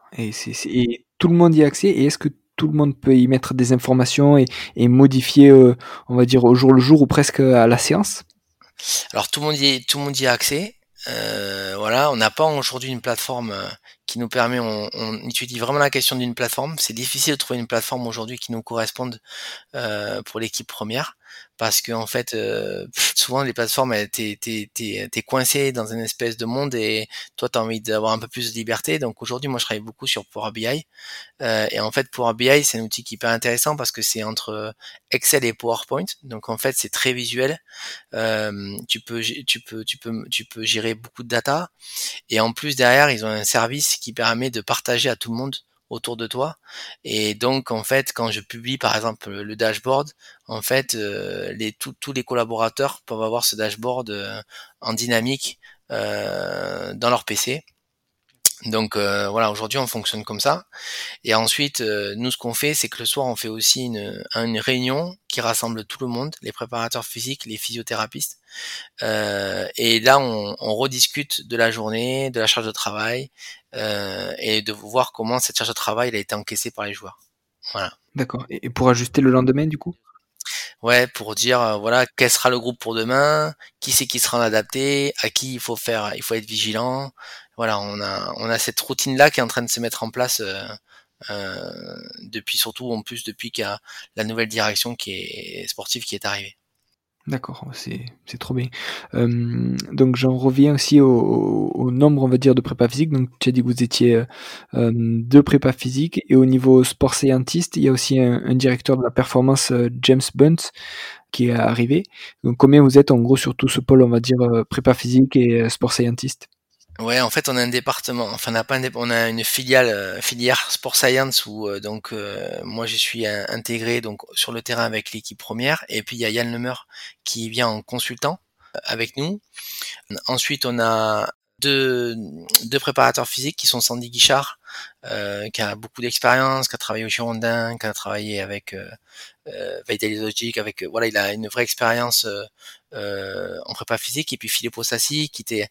Et tout le monde y a accès et est-ce que tout le monde peut y mettre des informations et modifier, on va dire au jour le jour ou presque à la séance? Alors tout le monde y a accès. Voilà, on n'a pas aujourd'hui une plateforme qui nous permet. On étudie vraiment la question d'une plateforme. C'est difficile de trouver une plateforme aujourd'hui qui nous corresponde pour l'équipe première, parce que en fait souvent les plateformes t'es coincé dans une espèce de monde et toi t'as envie d'avoir un peu plus de liberté. Donc aujourd'hui moi je travaille beaucoup sur Power BI et en fait Power BI c'est un outil qui est hyper intéressant parce que c'est entre Excel et PowerPoint, donc en fait c'est très visuel. Tu peux gérer beaucoup de data et en plus derrière ils ont un service qui permet de partager à tout le monde autour de toi. Et donc en fait quand je publie par exemple le dashboard, en fait tous les collaborateurs peuvent avoir ce dashboard en dynamique dans leur PC. Donc voilà, aujourd'hui on fonctionne comme ça. Et ensuite, nous, ce qu'on fait, c'est que le soir, on fait aussi une réunion qui rassemble tout le monde, les préparateurs physiques, les physiothérapistes. Et là, on rediscute de la journée, de la charge de travail, et de voir comment cette charge de travail elle a été encaissée par les joueurs. Voilà. D'accord et pour ajuster le lendemain du coup? Ouais, pour dire voilà quel sera le groupe pour demain, qui c'est qui sera adapté, à qui il faut être vigilant. Voilà, on a cette routine là qui est en train de se mettre en place depuis surtout en plus depuis qu'il y a la nouvelle direction qui est sportive qui est arrivée. D'accord, c'est trop bien. Donc j'en reviens aussi au nombre, on va dire, de prépas physiques. Donc tu as dit que vous étiez, 2 prépas physiques et au niveau sport scientist, il y a aussi un directeur de la performance, James Bunt, qui est arrivé. Donc combien vous êtes en gros sur tout ce pôle, on va dire, prépa physique et sport scientist? Ouais, en fait, on a un département, enfin, on n'a pas un on a une filiale, filière Sport Science où, moi, je suis intégré donc sur le terrain avec l'équipe première et puis il y a Yann Lemeur qui vient en consultant, avec nous. Ensuite, on a deux préparateurs physiques qui sont Sandy Guichard, qui a beaucoup d'expérience, qui a travaillé au Girondin, qui a travaillé avec Vitaly Zogic, avec voilà, il a une vraie expérience en prépa physique. Et puis Philippe Sassi,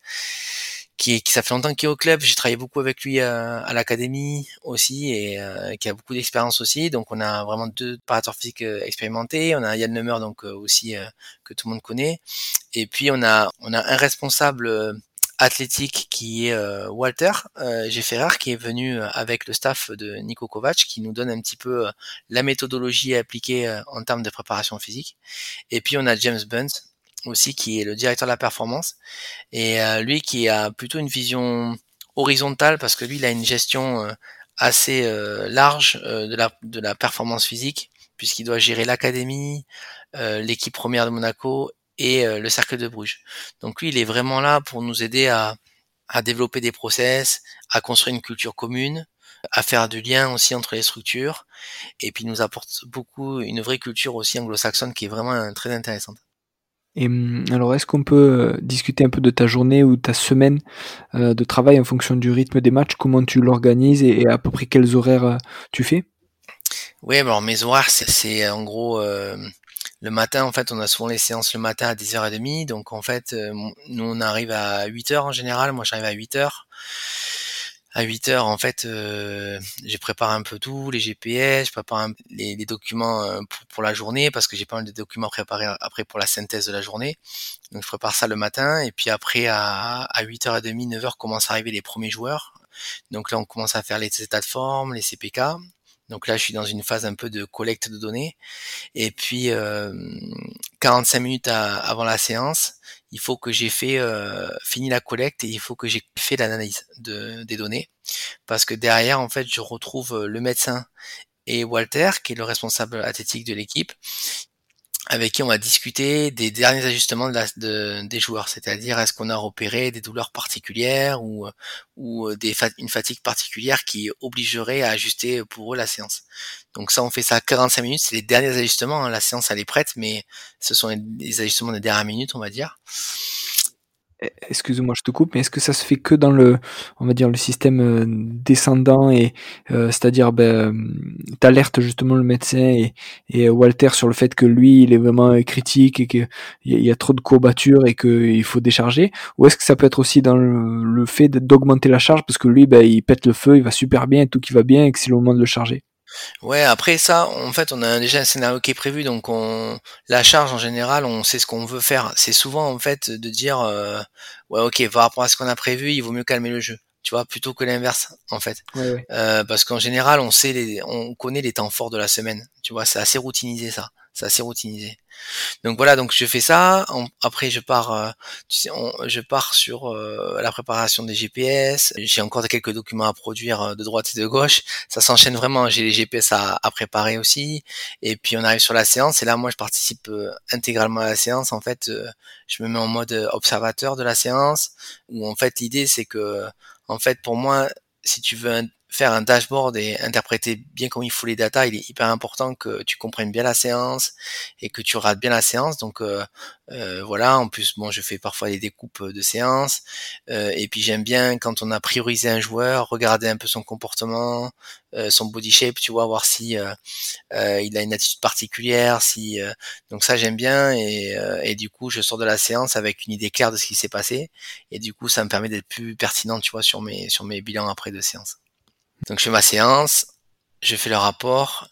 qui ça fait longtemps qu'il est au club. J'ai travaillé beaucoup avec lui à l'académie aussi et qui a beaucoup d'expérience aussi. Donc on a vraiment deux préparateurs physiques expérimentés. On a Yann Lemeur donc aussi que tout le monde connaît. Et puis on a un responsable athlétique qui est Walter Gefferrer, qui est venu avec le staff de Nico Kovac, qui nous donne un petit peu la méthodologie à appliquer en termes de préparation physique. Et puis on a James Bunt aussi, qui est le directeur de la performance, et lui qui a plutôt une vision horizontale, parce que lui il a une gestion assez large de la performance physique, puisqu'il doit gérer l'académie, l'équipe première de Monaco et le cercle de Bruges. Donc lui, il est vraiment là pour nous aider à développer des process, à construire une culture commune, à faire du lien aussi entre les structures, et puis il nous apporte beaucoup une vraie culture aussi anglo-saxonne qui est vraiment très intéressante. Et alors est-ce qu'on peut, discuter un peu de ta journée ou ta semaine, de travail en fonction du rythme des matchs? Comment tu l'organises et à peu près quels horaires, tu fais? Oui, alors mes horaires, c'est en gros le matin. En fait, on a souvent les séances le matin à 10h30. Donc en fait, nous on arrive à 8h en général. Moi, j'arrive à 8h. À 8h, en fait, je prépare un peu tout, les GPS, je prépare les documents pour la journée, parce que j'ai pas mal de documents préparés après pour la synthèse de la journée. Donc je prépare ça le matin, et puis après à 8h30, 9h commencent à arriver les premiers joueurs. Donc là, on commence à faire les états de forme, les CPK. Donc là, je suis dans une phase un peu de collecte de données. Et puis 45 minutes avant la séance, il faut que j'ai fait fini la collecte, et il faut que j'ai fait l'analyse des données, parce que derrière, en fait, je retrouve le médecin et Walter, qui est le responsable athlétique de l'équipe, avec qui on va discuter des derniers ajustements des joueurs, c'est-à-dire est-ce qu'on a repéré des douleurs particulières ou une fatigue particulière qui obligerait à ajuster pour eux la séance. Donc ça, on fait ça 45 minutes, c'est les derniers ajustements, hein. La séance elle est prête, mais ce sont les ajustements des dernières minutes, on va dire. Excuse-moi, je te coupe, mais est-ce que ça se fait que dans on va dire, le système, descendant et c'est-à-dire, tu justement le médecin et Walter sur le fait que lui, il est vraiment, critique et qu'il y a trop de courbatures et qu'il faut décharger? Ou est-ce que ça peut être aussi dans le fait d'augmenter la charge parce que lui, il pète le feu, il va super bien et tout qui va bien et que c'est le moment de le charger? Ouais, après ça, en fait, on a déjà un scénario qui est prévu, donc la charge en général, on sait ce qu'on veut faire. C'est souvent en fait de dire, ouais, ok, par rapport à ce qu'on a prévu, il vaut mieux calmer le jeu, tu vois, plutôt que l'inverse, en fait. Ouais, ouais. Parce qu'en général, on connaît les temps forts de la semaine, tu vois, c'est assez routinisé ça, c'est assez routinisé. Donc voilà, donc je fais ça. Après, je pars, je pars sur la préparation des GPS. J'ai encore quelques documents à produire de droite et de gauche. Ça s'enchaîne vraiment. J'ai les GPS à préparer aussi. Et puis on arrive sur la séance. Et là, moi, je participe intégralement à la séance. En fait, je me mets en mode observateur de la séance. Où en fait, l'idée, c'est que, en fait, pour moi, si tu veux faire un dashboard et interpréter bien comme il faut les datas, il est hyper important que tu comprennes bien la séance et que tu rates bien la séance. Donc voilà, en plus bon, je fais parfois des découpes de séances, et puis j'aime bien quand on a priorisé un joueur, regarder un peu son comportement, son body shape, tu vois, voir si il a une attitude particulière, si donc ça j'aime bien, et du coup je sors de la séance avec une idée claire de ce qui s'est passé, et du coup ça me permet d'être plus pertinent, tu vois, sur mes bilans après de séance. Donc je fais ma séance, je fais le rapport,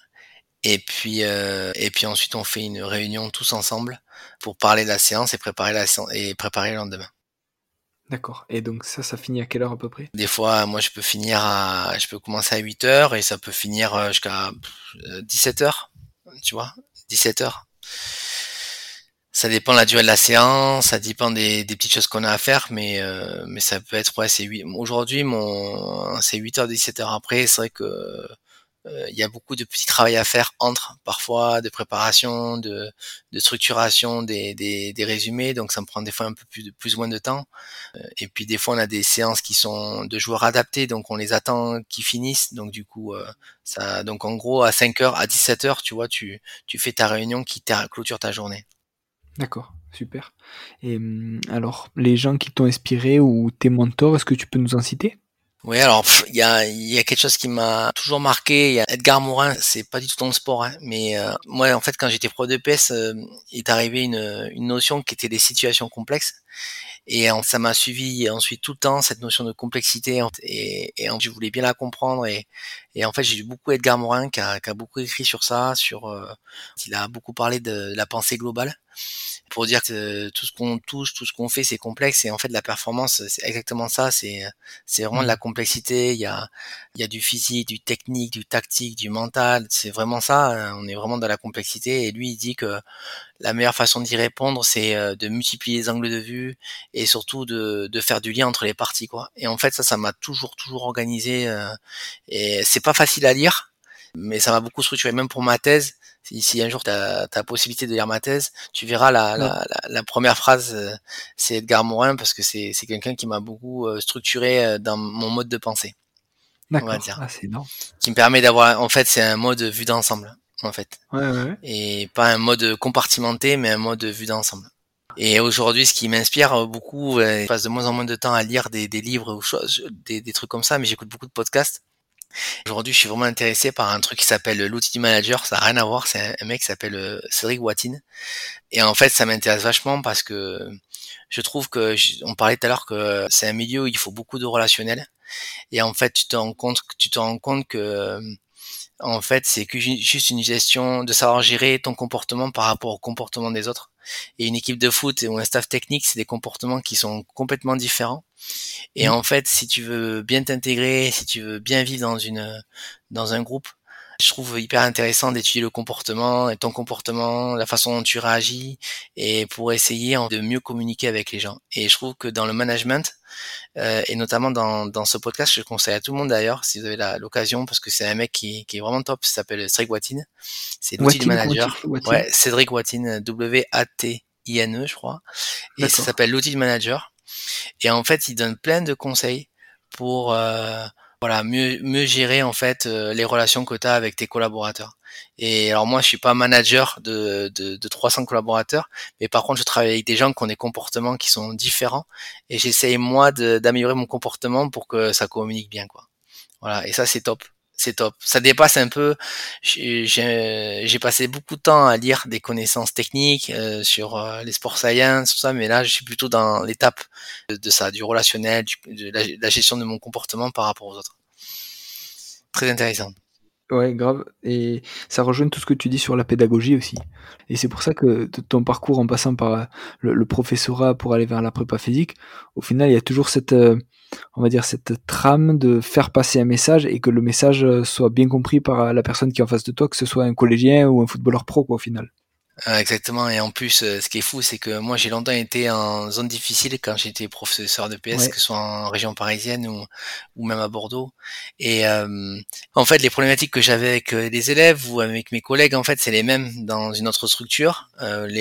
et puis ensuite on fait une réunion tous ensemble pour parler de la séance et préparer la séance et préparer le lendemain. D'accord et donc ça finit à quelle heure à peu près? Des fois, moi je peux commencer à 8h et ça peut finir jusqu'à 17h, tu vois, 17h. Ça dépend de la durée de la séance, ça dépend des petites choses qu'on a à faire, mais ça peut être, ouais, aujourd'hui, c'est 8h, 17h après, c'est vrai que, il y a beaucoup de petits travail à faire entre, parfois, de préparation, de structuration des résumés, donc ça me prend des fois un peu plus ou moins de temps. Et puis des fois on a des séances qui sont de joueurs adaptés, donc on les attend qu'ils finissent, donc du coup, donc en gros à 5h, à 17h, tu vois, tu fais ta réunion qui clôture ta journée. D'accord, super. Et alors, les gens qui t'ont inspiré ou tes mentors, est-ce que tu peux nous en citer? Oui, alors il y a quelque chose qui m'a toujours marqué. Il y a Edgar Morin, c'est pas du tout ton sport, hein, mais moi en fait quand j'étais pro de PS, il est arrivé une notion qui était des situations complexes. Et ça m'a suivi ensuite tout le temps, cette notion de complexité, je voulais bien la comprendre. Et en fait, j'ai lu beaucoup Edgar Morin qui a beaucoup écrit sur ça, il a beaucoup parlé de la pensée globale, pour dire que tout ce qu'on touche, tout ce qu'on fait, c'est complexe. Et en fait, la performance, c'est exactement ça. C'est vraiment de la Mmh. complexité. Il y a du physique, du technique, du tactique, du mental. C'est vraiment ça, hein. On est vraiment dans la complexité. Et lui, il dit que la meilleure façon d'y répondre, c'est de multiplier les angles de vue et surtout de faire du lien entre les parties, quoi. Et en fait, ça m'a toujours organisé. Et c'est pas facile à lire, mais ça m'a beaucoup structuré, même pour ma thèse. Si un jour tu as la possibilité de lire ma thèse, tu verras Ouais, la première phrase, c'est Edgar Morin, parce que c'est quelqu'un qui m'a beaucoup structuré dans mon mode de pensée, on va d'accord. dire. Ah, c'est énorme. Qui me permet d'avoir, en fait, c'est un mode vue d'ensemble, en fait. Ouais, ouais, ouais. Et pas un mode compartimenté, mais un mode vue d'ensemble. Et aujourd'hui, ce qui m'inspire beaucoup, je passe de moins en moins de temps à lire des livres ou choses, des trucs comme ça, mais j'écoute beaucoup de podcasts. Aujourd'hui, je suis vraiment intéressé par un truc qui s'appelle l'outil du manager. Ça n'a rien à voir. C'est un mec qui s'appelle Cédric Watine. Et en fait, ça m'intéresse vachement parce que je trouve que, on parlait tout à l'heure que c'est un milieu où il faut beaucoup de relationnel. Et en fait, tu te rends compte que en fait, c'est que juste une gestion de savoir gérer ton comportement par rapport au comportement des autres. Et une équipe de foot ou un staff technique, c'est des comportements qui sont complètement différents. Et Mmh. en fait, si tu veux bien t'intégrer, si tu veux bien vivre dans un groupe, je trouve hyper intéressant d'étudier le comportement et ton comportement, la façon dont tu réagis, et pour essayer de mieux communiquer avec les gens. Et je trouve que dans le management, et notamment dans ce podcast, je le conseille à tout le monde d'ailleurs, si vous avez l'occasion, parce que c'est un mec qui est vraiment top. Il s'appelle Cédric Watine. C'est l'outil du Watine, comment tu manager. écris Watine? Ouais, Cédric Watine, Watine, je crois. Et ça D'accord. s'appelle l'outil du manager. Et en fait, il donne plein de conseils pour voilà, mieux gérer en fait les relations que tu as avec tes collaborateurs. Et alors moi, je suis pas manager de 300 collaborateurs, mais par contre, je travaille avec des gens qui ont des comportements qui sont différents, et j'essaye moi d'améliorer mon comportement pour que ça communique bien, quoi. Voilà, et ça c'est top. C'est top. Ça dépasse un peu. J'ai passé beaucoup de temps à lire des connaissances techniques sur les sports science, tout ça, mais là je suis plutôt dans l'étape de ça, du relationnel, de la gestion de mon comportement par rapport aux autres. Très intéressant. Ouais, grave, et ça rejoint tout ce que tu dis sur la pédagogie aussi, et c'est pour ça que ton parcours en passant par, le professorat pour aller vers la prépa physique, au final, il y a toujours cette, on va dire cette trame de faire passer un message et que le message, soit bien compris par, la personne qui est en face de toi, que ce soit un collégien ou un footballeur pro quoi, au final. Exactement, et en plus, ce qui est fou, c'est que moi j'ai longtemps été en zone difficile quand j'étais professeur de PS, Ouais, que ce soit en région parisienne ou même à Bordeaux. Et en fait, les problématiques que j'avais avec les élèves ou avec mes collègues, en fait, c'est les mêmes dans une autre structure.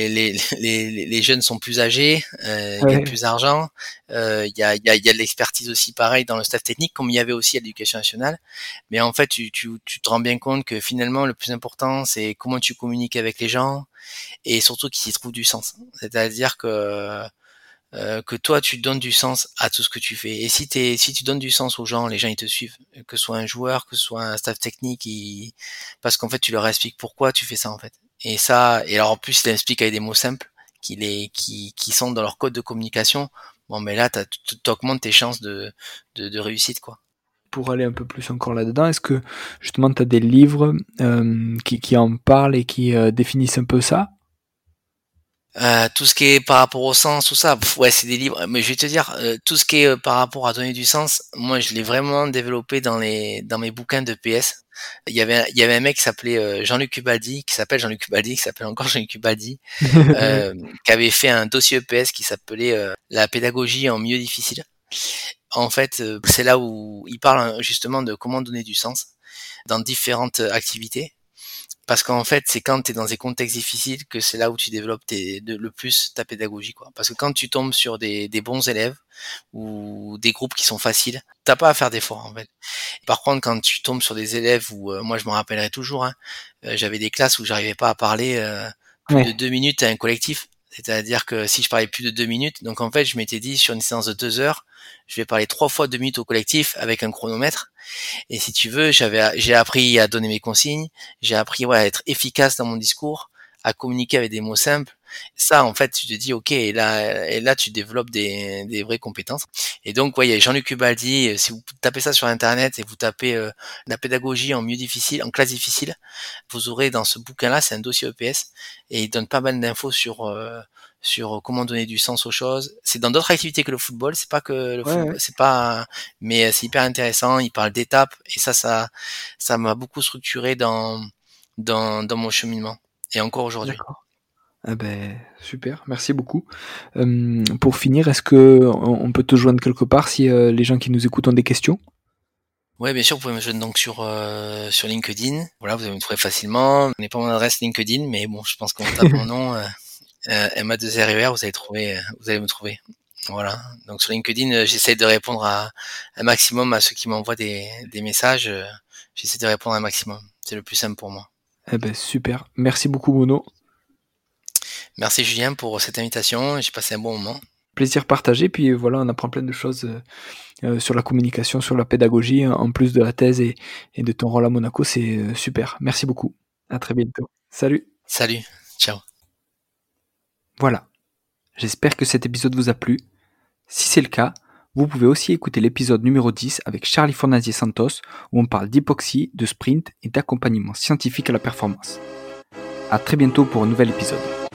Les jeunes sont plus âgés, gagnent ouais, plus d'argent. Il y a de l'expertise aussi, pareil, dans le staff technique, comme il y avait aussi à l'éducation nationale. Mais en fait, tu te rends bien compte que finalement, le plus important, c'est comment tu communiques avec les gens, et surtout qu'il y trouve du sens. C'est-à-dire que toi tu donnes du sens à tout ce que tu fais. Et si tu donnes du sens aux gens, les gens ils te suivent. Que ce soit un joueur, que ce soit un staff technique, parce qu'en fait tu leur expliques pourquoi tu fais ça en fait. Et ça, et alors en plus il explique avec des mots simples qui sont dans leur code de communication. Bon, mais là t'augmentes tes chances de réussite, quoi. pour aller un peu plus encore là-dedans, est-ce que justement tu as des livres, qui en parlent et qui, définissent un peu ça? Tout ce qui est par rapport au sens, tout ça, ouais, c'est des livres. Mais je vais te dire, tout ce qui est par rapport à donner du sens, moi, je l'ai vraiment développé dans mes bouquins de PS. Il y avait un mec qui s'appelait Jean-Luc Ubaldi, qui s'appelle Jean-Luc Ubaldi, qui s'appelle encore Jean-Luc Ubaldi, qui avait fait un dossier EPS qui s'appelait La pédagogie en milieu difficile. En fait, c'est là où il parle justement de comment donner du sens dans différentes activités. Parce qu'en fait, c'est quand tu es dans des contextes difficiles que c'est là où tu développes le plus ta pédagogie, quoi. Parce que quand tu tombes sur des bons élèves ou des groupes qui sont faciles, t'as pas à faire d'efforts, en fait. Par contre, quand tu tombes sur des élèves où, moi je me rappellerai toujours, hein, j'avais des classes où j'arrivais pas à parler plus de Ouais, 2 minutes à un collectif. C'est-à-dire que si je parlais plus de 2 minutes, donc en fait je m'étais dit sur une séance de 2 heures, je vais parler 3 fois 2 minutes au collectif avec un chronomètre. Et si tu veux, j'ai appris à donner mes consignes, j'ai appris ouais, à être efficace dans mon discours, à communiquer avec des mots simples. Ça, en fait, tu te dis, ok, et là, tu développes des vraies compétences. Et donc, ouais, il y a Jean-Luc Ubaldi. Si vous tapez ça sur Internet et vous tapez la pédagogie en milieu difficile, en classe difficile, vous aurez dans ce bouquin-là, c'est un dossier EPS, et il donne pas mal d'infos sur comment donner du sens aux choses. C'est dans d'autres activités que le football. C'est pas que le ouais, football, ouais, c'est pas, mais c'est hyper intéressant. Il parle d'étapes et ça m'a beaucoup structuré dans mon cheminement. Et encore aujourd'hui. d'accord. Ah ben, super, merci beaucoup. Pour finir, est-ce que on peut te joindre quelque part si les gens qui nous écoutent ont des questions? Ouais, bien sûr, vous pouvez me joindre donc sur LinkedIn. Voilà, vous allez me trouver facilement. Je n'ai pas mon adresse LinkedIn, mais bon, je pense qu'on tape mon nom, MA2RER, vous allez me trouver. Voilà. Donc sur LinkedIn, j'essaie de répondre à un maximum à ceux qui m'envoient des messages. J'essaie de répondre un maximum. C'est le plus simple pour moi. Eh ben, super. Merci beaucoup, Mono. Merci Julien pour cette invitation. J'ai passé un bon moment. Plaisir partagé. Puis voilà, on apprend plein de choses sur la communication, sur la pédagogie, en plus de la thèse et de ton rôle à Monaco. C'est super. Merci beaucoup. À très bientôt. Salut. Salut. Ciao. Voilà. J'espère que cet épisode vous a plu. Si c'est le cas, vous pouvez aussi écouter l'épisode numéro 10 avec Charlie Fornazier Santos où on parle d'hypoxie, de sprint et d'accompagnement scientifique à la performance. À très bientôt pour un nouvel épisode.